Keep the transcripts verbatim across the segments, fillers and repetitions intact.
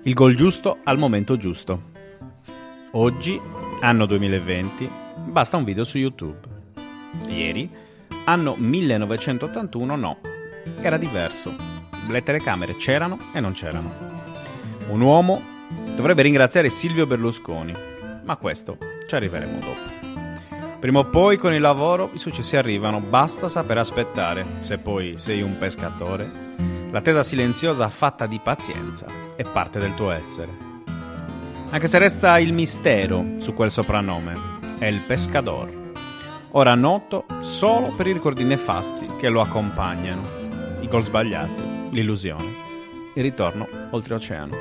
Il gol giusto al momento giusto. Oggi, anno duemilaventi, basta un video su YouTube. Ieri, anno millenovecentottantuno, no. Era diverso. Le telecamere c'erano e non c'erano. Un uomo dovrebbe ringraziare Silvio Berlusconi, ma questo ci arriveremo dopo. Prima o poi con il lavoro i successi arrivano, basta saper aspettare. Se poi sei un pescatore, l'attesa silenziosa fatta di pazienza è parte del tuo essere. Anche se resta il mistero su quel soprannome, è il pescador, ora noto solo per i ricordi nefasti che lo accompagnano, i gol sbagliati, l'illusione, il ritorno oltreoceano.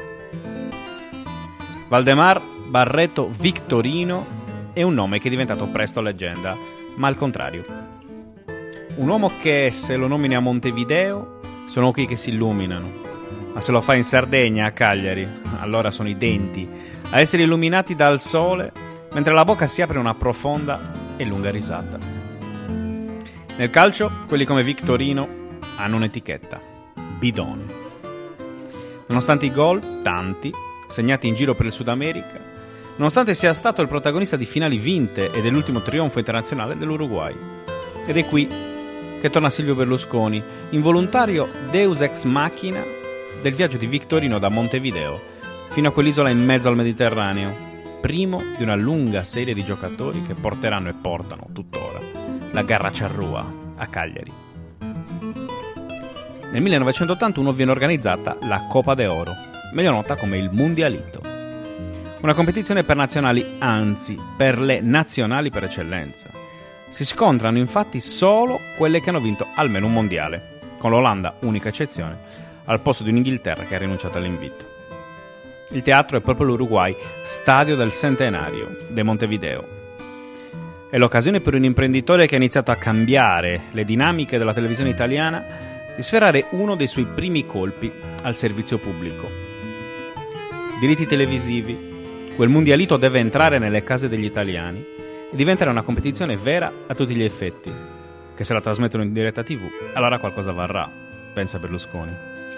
Valdemar Barreto Victorino è un nome che è diventato presto leggenda, ma al contrario. Un uomo che, se lo nomini a Montevideo, sono occhi che si illuminano, ma se lo fa in Sardegna, a Cagliari, allora sono i denti a essere illuminati dal sole, mentre la bocca si apre una profonda e lunga risata. Nel calcio, quelli come Victorino hanno un'etichetta: bidone. Nonostante i gol, tanti, segnati in giro per il Sud America, nonostante sia stato il protagonista di finali vinte e dell'ultimo trionfo internazionale dell'Uruguay. Ed è qui che torna Silvio Berlusconi, involontario deus ex machina del viaggio di Victorino da Montevideo fino a quell'isola in mezzo al Mediterraneo, primo di una lunga serie di giocatori che porteranno e portano tuttora la Garra Charrua a Cagliari. Nel millenovecentottantuno viene organizzata la Copa de Oro, meglio nota come il Mundialito. Una competizione per nazionali, anzi per le nazionali per eccellenza. Si scontrano infatti solo quelle che hanno vinto almeno un mondiale, con l'Olanda, unica eccezione, al posto di un'Inghilterra che ha rinunciato all'invito. Il teatro è proprio l'Uruguay, stadio del centenario de Montevideo. È l'occasione per un imprenditore che ha iniziato a cambiare le dinamiche della televisione italiana di sferrare uno dei suoi primi colpi al servizio pubblico. Diritti televisivi. Quel Mundialito deve entrare nelle case degli italiani e diventare una competizione vera a tutti gli effetti. Che se la trasmettono in diretta tivù, allora qualcosa varrà, pensa Berlusconi.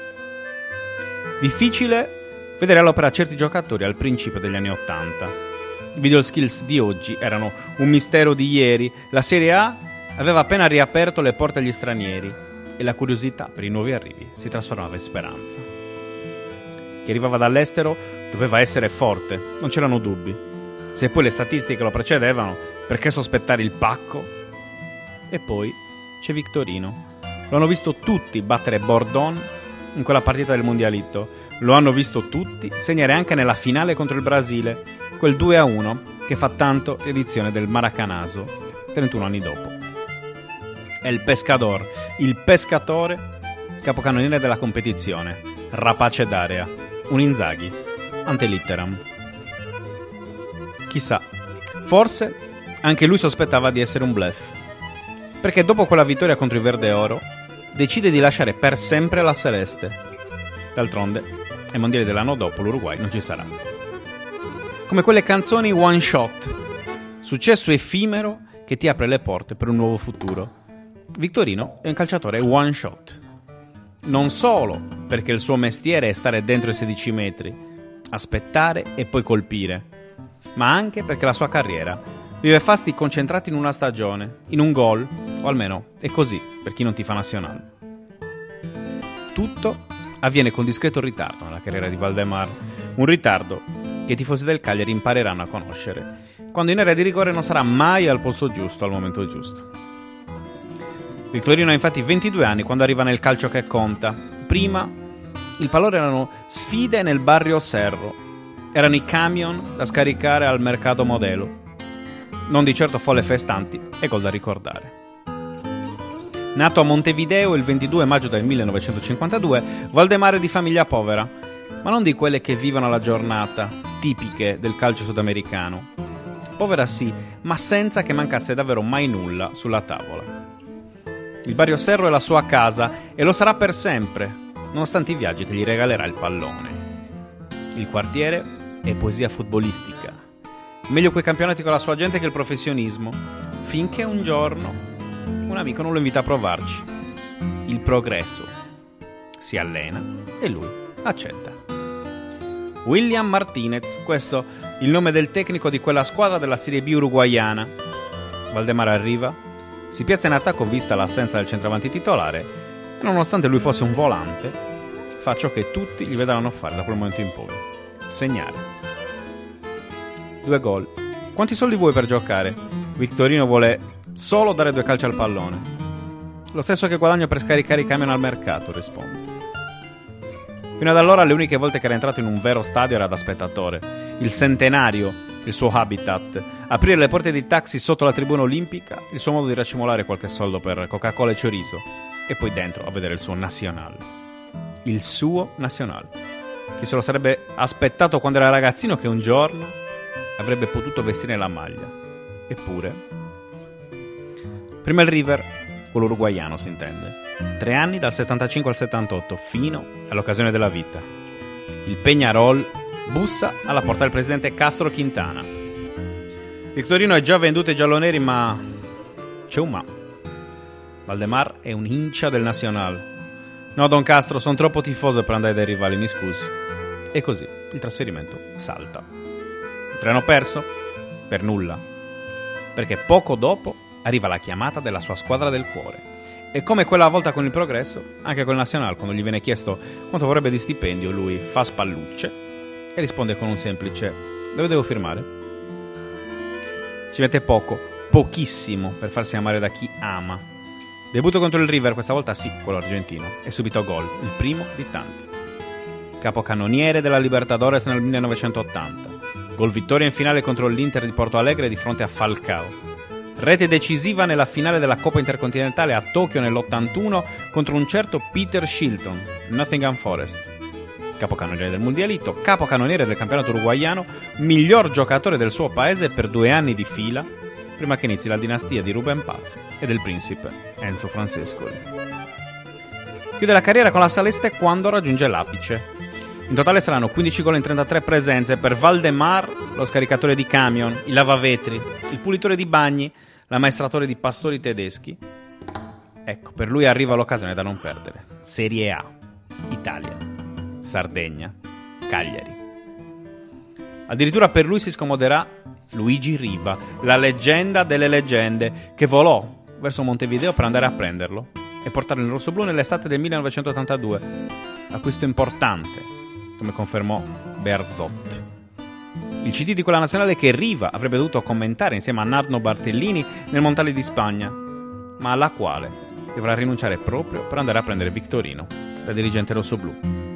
Difficile vedere all'opera certi giocatori al principio degli anni Ottanta. I video skills di oggi erano un mistero di ieri. La Serie A aveva appena riaperto le porte agli stranieri e la curiosità per i nuovi arrivi si trasformava in speranza. Chi arrivava dall'estero doveva essere forte, non c'erano dubbi. Se poi le statistiche lo precedevano, perché sospettare il pacco? E poi c'è Victorino. Lo hanno visto tutti battere Bordon in quella partita del Mondialito. Lo hanno visto tutti segnare anche nella finale contro il Brasile, quel due a uno che fa tanto l'edizione del Maracanazo, trentuno anni dopo. È il pescador, il pescatore, capocannoniere della competizione, rapace d'area, un Inzaghi, ante litteram. Chissà, forse anche lui sospettava di essere un bluff, perché dopo quella vittoria contro il Verde Oro decide di lasciare per sempre la Celeste. D'altronde, ai mondiali dell'anno dopo l'Uruguay non ci sarà. Come quelle canzoni one shot, successo effimero che ti apre le porte per un nuovo futuro. Victorino è un calciatore one shot. Non solo perché il suo mestiere è stare dentro i sedici metri, aspettare e poi colpire, ma anche perché la sua carriera vive fasti concentrati in una stagione, in un gol, o almeno è così per chi non tifa nazionale. Tutto avviene con discreto ritardo nella carriera di Valdemar, un ritardo che i tifosi del Cagliari impareranno a conoscere, quando in area di rigore non sarà mai al posto giusto al momento giusto. Victorino ha infatti ventidue anni quando arriva nel calcio che conta. Prima il pallone erano sfide nel barrio Serro, erano i camion da scaricare al mercato Modelo, non di certo folle festanti e gol da ricordare. Nato a Montevideo il ventidue maggio del millenovecentocinquantadue, Valdemar è di famiglia povera, ma non di quelle che vivono la giornata, tipiche del calcio sudamericano. Povera sì, ma senza che mancasse davvero mai nulla sulla tavola. Il barrio Serro è la sua casa e lo sarà per sempre, nonostante i viaggi che gli regalerà il pallone. Il quartiere è poesia futbolistica. Meglio quei campionati con la sua gente che il professionismo, finché un giorno un amico non lo invita a provarci. Il progresso. Si allena e lui accetta. William Martinez, questo il nome del tecnico di quella squadra della Serie B uruguaiana. Valdemar arriva, si piazza in attacco vista l'assenza del centravanti titolare e nonostante lui fosse un volante, fa ciò che tutti gli vedranno fare da quel momento in poi: segnare. Due gol. Quanti soldi vuoi per giocare? Victorino vuole solo dare due calci al pallone. Lo stesso che guadagno per scaricare i camion al mercato, risponde. Fino ad allora le uniche volte che era entrato in un vero stadio era da spettatore. Il centenario, il suo habitat, aprire le porte dei taxi sotto la tribuna olimpica, il suo modo di racimolare qualche soldo per Coca-Cola e chorizo, e poi dentro a vedere il suo Nacional. Il suo Nacional. Chi se lo sarebbe aspettato quando era ragazzino che un giorno avrebbe potuto vestire la maglia. Eppure. Prima il River, quello uruguaiano si intende. Tre anni dal settantacinque al settantotto, fino all'occasione della vita. Il Peñarol bussa alla porta del presidente Castro Quintana. Victorino è già venduto ai gialloneri, ma c'è un ma. Valdemar è un hincha del Nacional. No, Don Castro, sono troppo tifoso per andare dai rivali, mi scusi. E così il trasferimento salta. Il treno perso? Per nulla. Perché poco dopo arriva la chiamata della sua squadra del cuore. E come quella volta con il Progresso, anche col Nacional, quando gli viene chiesto quanto vorrebbe di stipendio, lui fa spallucce e risponde con un semplice: dove devo firmare? Ci mette poco, pochissimo, per farsi amare da chi ama. Debutto contro il River, questa volta sì, quello argentino, e subito gol, il primo di tanti. Capocannoniere della Libertadores nel millenovecentottanta, gol vittoria in finale contro l'Inter di Porto Alegre di fronte a Falcao. Rete decisiva nella finale della Coppa Intercontinentale a Tokyo nell'ottantuno contro un certo Peter Shilton, Nottingham Forest. Capocannoniere del Mondialito, capocannoniere del campionato uruguaiano, miglior giocatore del suo paese per due anni di fila, prima che inizi la dinastia di Ruben Paz e del principe Enzo Francescoli. Chiude la carriera con la Celeste quando raggiunge l'apice. In totale saranno quindici gol in trentatré presenze per Valdemar, lo scaricatore di camion, il lavavetri, il pulitore di bagni, l'ammaestratore di pastori tedeschi. Ecco, per lui arriva l'occasione da non perdere. Serie A, Italia, Sardegna, Cagliari. Addirittura per lui si scomoderà Luigi Riva, la leggenda delle leggende, che volò verso Montevideo per andare a prenderlo e portarlo in rossoblù nell'estate del millenovecentottantadue. Acquisto importante, come confermò Bearzot. Il C D di quella nazionale che Riva avrebbe dovuto commentare insieme a Nardo Bartellini nel Mondiale di Spagna, ma alla quale dovrà rinunciare proprio per andare a prendere Victorino, da dirigente rossoblù.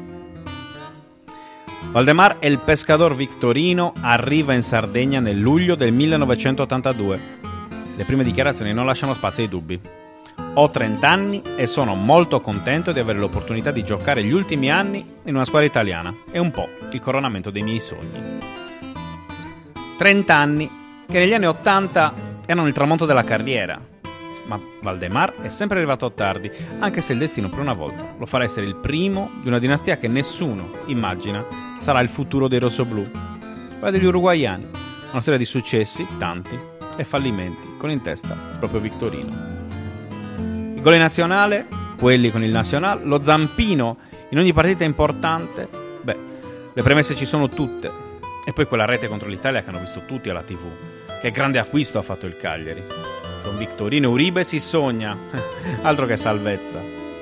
Valdemar El Pescador Victorino arriva in Sardegna nel luglio del millenovecentottantadue. Le prime dichiarazioni non lasciano spazio ai dubbi. Ho trenta anni e sono molto contento di avere l'opportunità di giocare gli ultimi anni in una squadra italiana. È un po' il coronamento dei miei sogni. trenta anni che negli anni ottanta erano il tramonto della carriera. Ma Valdemar è sempre arrivato tardi, anche se il destino per una volta lo farà essere il primo di una dinastia che nessuno immagina sarà il futuro dei rossoblù. Quella degli uruguaiani, una storia di successi, tanti, e fallimenti, con in testa proprio Victorino. Il gol in nazionale, quelli con il Nacional, lo zampino in ogni partita importante, beh, le premesse ci sono tutte. E poi quella rete contro l'Italia che hanno visto tutti alla tivù. Che grande acquisto ha fatto il Cagliari. Con Victorino Uribe si sogna, altro che salvezza.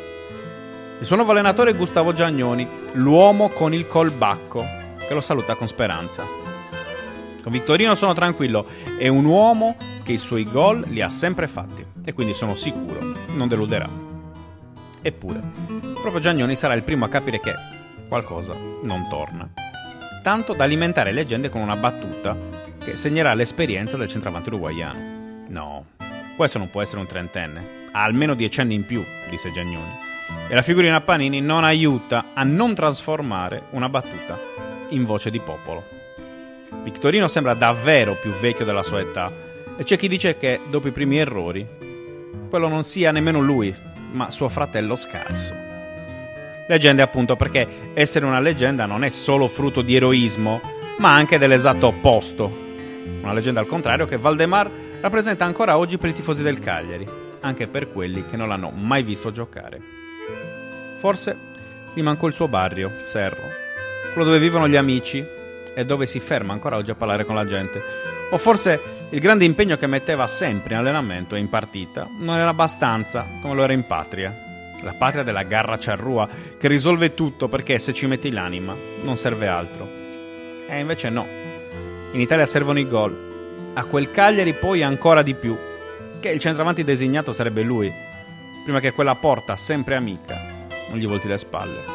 Il suo nuovo allenatore è Gustavo Giagnoni, l'uomo con il colbacco, che lo saluta con speranza. Con Victorino sono tranquillo, è un uomo che i suoi gol li ha sempre fatti e quindi sono sicuro non deluderà. Eppure, proprio Giagnoni sarà il primo a capire che qualcosa non torna, tanto da alimentare leggende con una battuta che segnerà l'esperienza del centravanti uruguaiano. No, questo non può essere un trentenne, ha almeno dieci anni in più, disse Giagnoni, e la figurina Panini non aiuta a non trasformare una battuta in voce di popolo. Victorino sembra davvero più vecchio della sua età e c'è chi dice che dopo i primi errori quello non sia nemmeno lui, ma suo fratello scarso. Leggende appunto perché essere una leggenda non è solo frutto di eroismo, ma anche dell'esatto opposto. Una leggenda al contrario che Valdemar rappresenta ancora oggi per i tifosi del Cagliari, anche per quelli che non l'hanno mai visto giocare. Forse gli mancò il suo barrio, Cerro, quello dove vivono gli amici e dove si ferma ancora oggi a parlare con la gente. O forse il grande impegno che metteva sempre in allenamento e in partita non era abbastanza come lo era in patria. La patria della garra charrua che risolve tutto, perché se ci metti l'anima non serve altro. E invece no. In Italia servono i gol. A quel Cagliari poi ancora di più, che il centravanti designato sarebbe lui, prima che quella porta sempre amica non gli volti le spalle.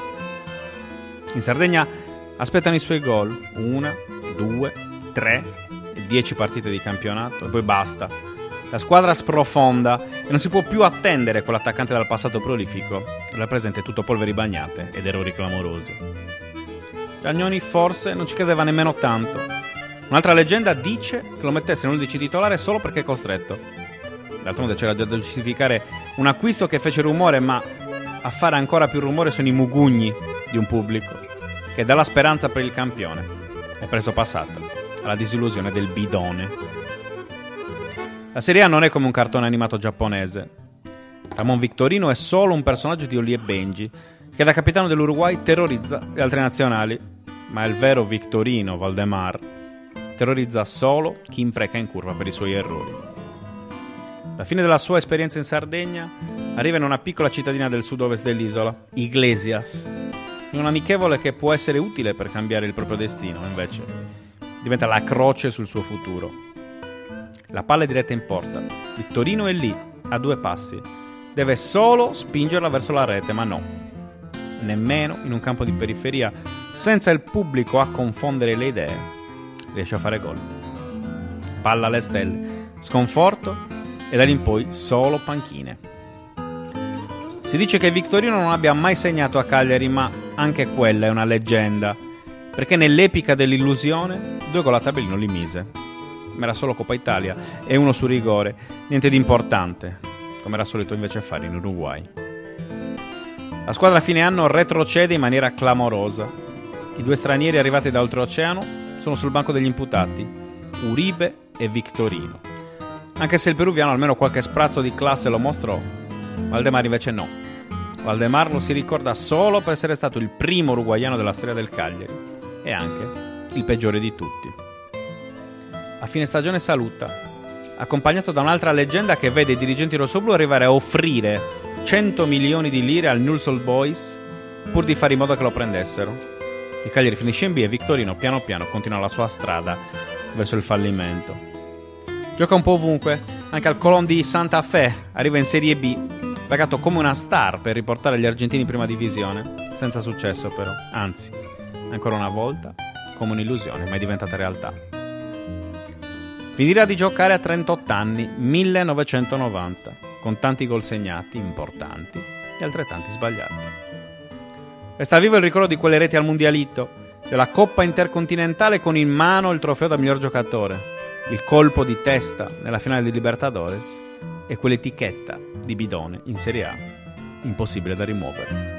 In Sardegna aspettano i suoi gol, una, due, tre e dieci partite di campionato e poi basta. La squadra sprofonda e non si può più attendere quell'attaccante dal passato prolifico, dal presente tutto polveri bagnate ed errori clamorosi. Giannoni forse non ci credeva nemmeno tanto. Un'altra leggenda dice che lo mettesse nell'undici titolare solo perché è costretto. D'altronde c'era da giustificare un acquisto che fece rumore, ma a fare ancora più rumore sono i mugugni di un pubblico che dà la speranza per il campione è preso passata alla disillusione del bidone. La Serie A non è come un cartone animato giapponese. Ramon Victorino è solo un personaggio di Oli e Benji che da capitano dell'Uruguay terrorizza le altre nazionali, ma il vero Victorino Valdemar terrorizza solo chi impreca in curva per i suoi errori. La fine della sua esperienza in Sardegna arriva in una piccola cittadina del sud-ovest dell'isola, Iglesias, in un amichevole che può essere utile per cambiare il proprio destino, invece diventa la croce sul suo futuro. La palla è diretta in porta, Victorino è lì, a due passi, deve solo spingerla verso la rete, ma no, nemmeno in un campo di periferia, senza il pubblico a confondere le idee, riesce a fare gol. Palla alle stelle, sconforto e da lì in poi solo panchine. Si dice che Victorino non abbia mai segnato a Cagliari, ma anche quella è una leggenda, perché nell'epica dell'illusione due gol a tabellino li mise. Ma era solo Coppa Italia e uno su rigore, niente di importante, come era solito invece fare in Uruguay. La squadra a fine anno retrocede in maniera clamorosa. I due stranieri arrivati da oltreoceano sono sul banco degli imputati, Uribe e Victorino. Anche se il peruviano almeno qualche sprazzo di classe lo mostrò, Valdemar invece no. Valdemar lo si ricorda solo per essere stato il primo uruguaiano della storia del Cagliari e anche il peggiore di tutti. A fine stagione saluta, accompagnato da un'altra leggenda che vede i dirigenti rossoblù arrivare a offrire cento milioni di lire al Newell's Old Boys pur di fare in modo che lo prendessero. Il Cagliari finisce in B e Victorino piano piano continua la sua strada verso il fallimento. Gioca un po' ovunque, anche al Colón di Santa Fe, arriva in Serie B, pagato come una star per riportare gli argentini in prima divisione, senza successo però, anzi, ancora una volta, come un'illusione, ma è diventata realtà. Finirà di giocare a trentotto anni, millenovecentonovanta, con tanti gol segnati, importanti, e altrettanti sbagliati. Resta vivo il ricordo di quelle reti al Mundialito, della Coppa Intercontinentale con in mano il trofeo da miglior giocatore, il colpo di testa nella finale di Libertadores e quell'etichetta di bidone in Serie A impossibile da rimuovere.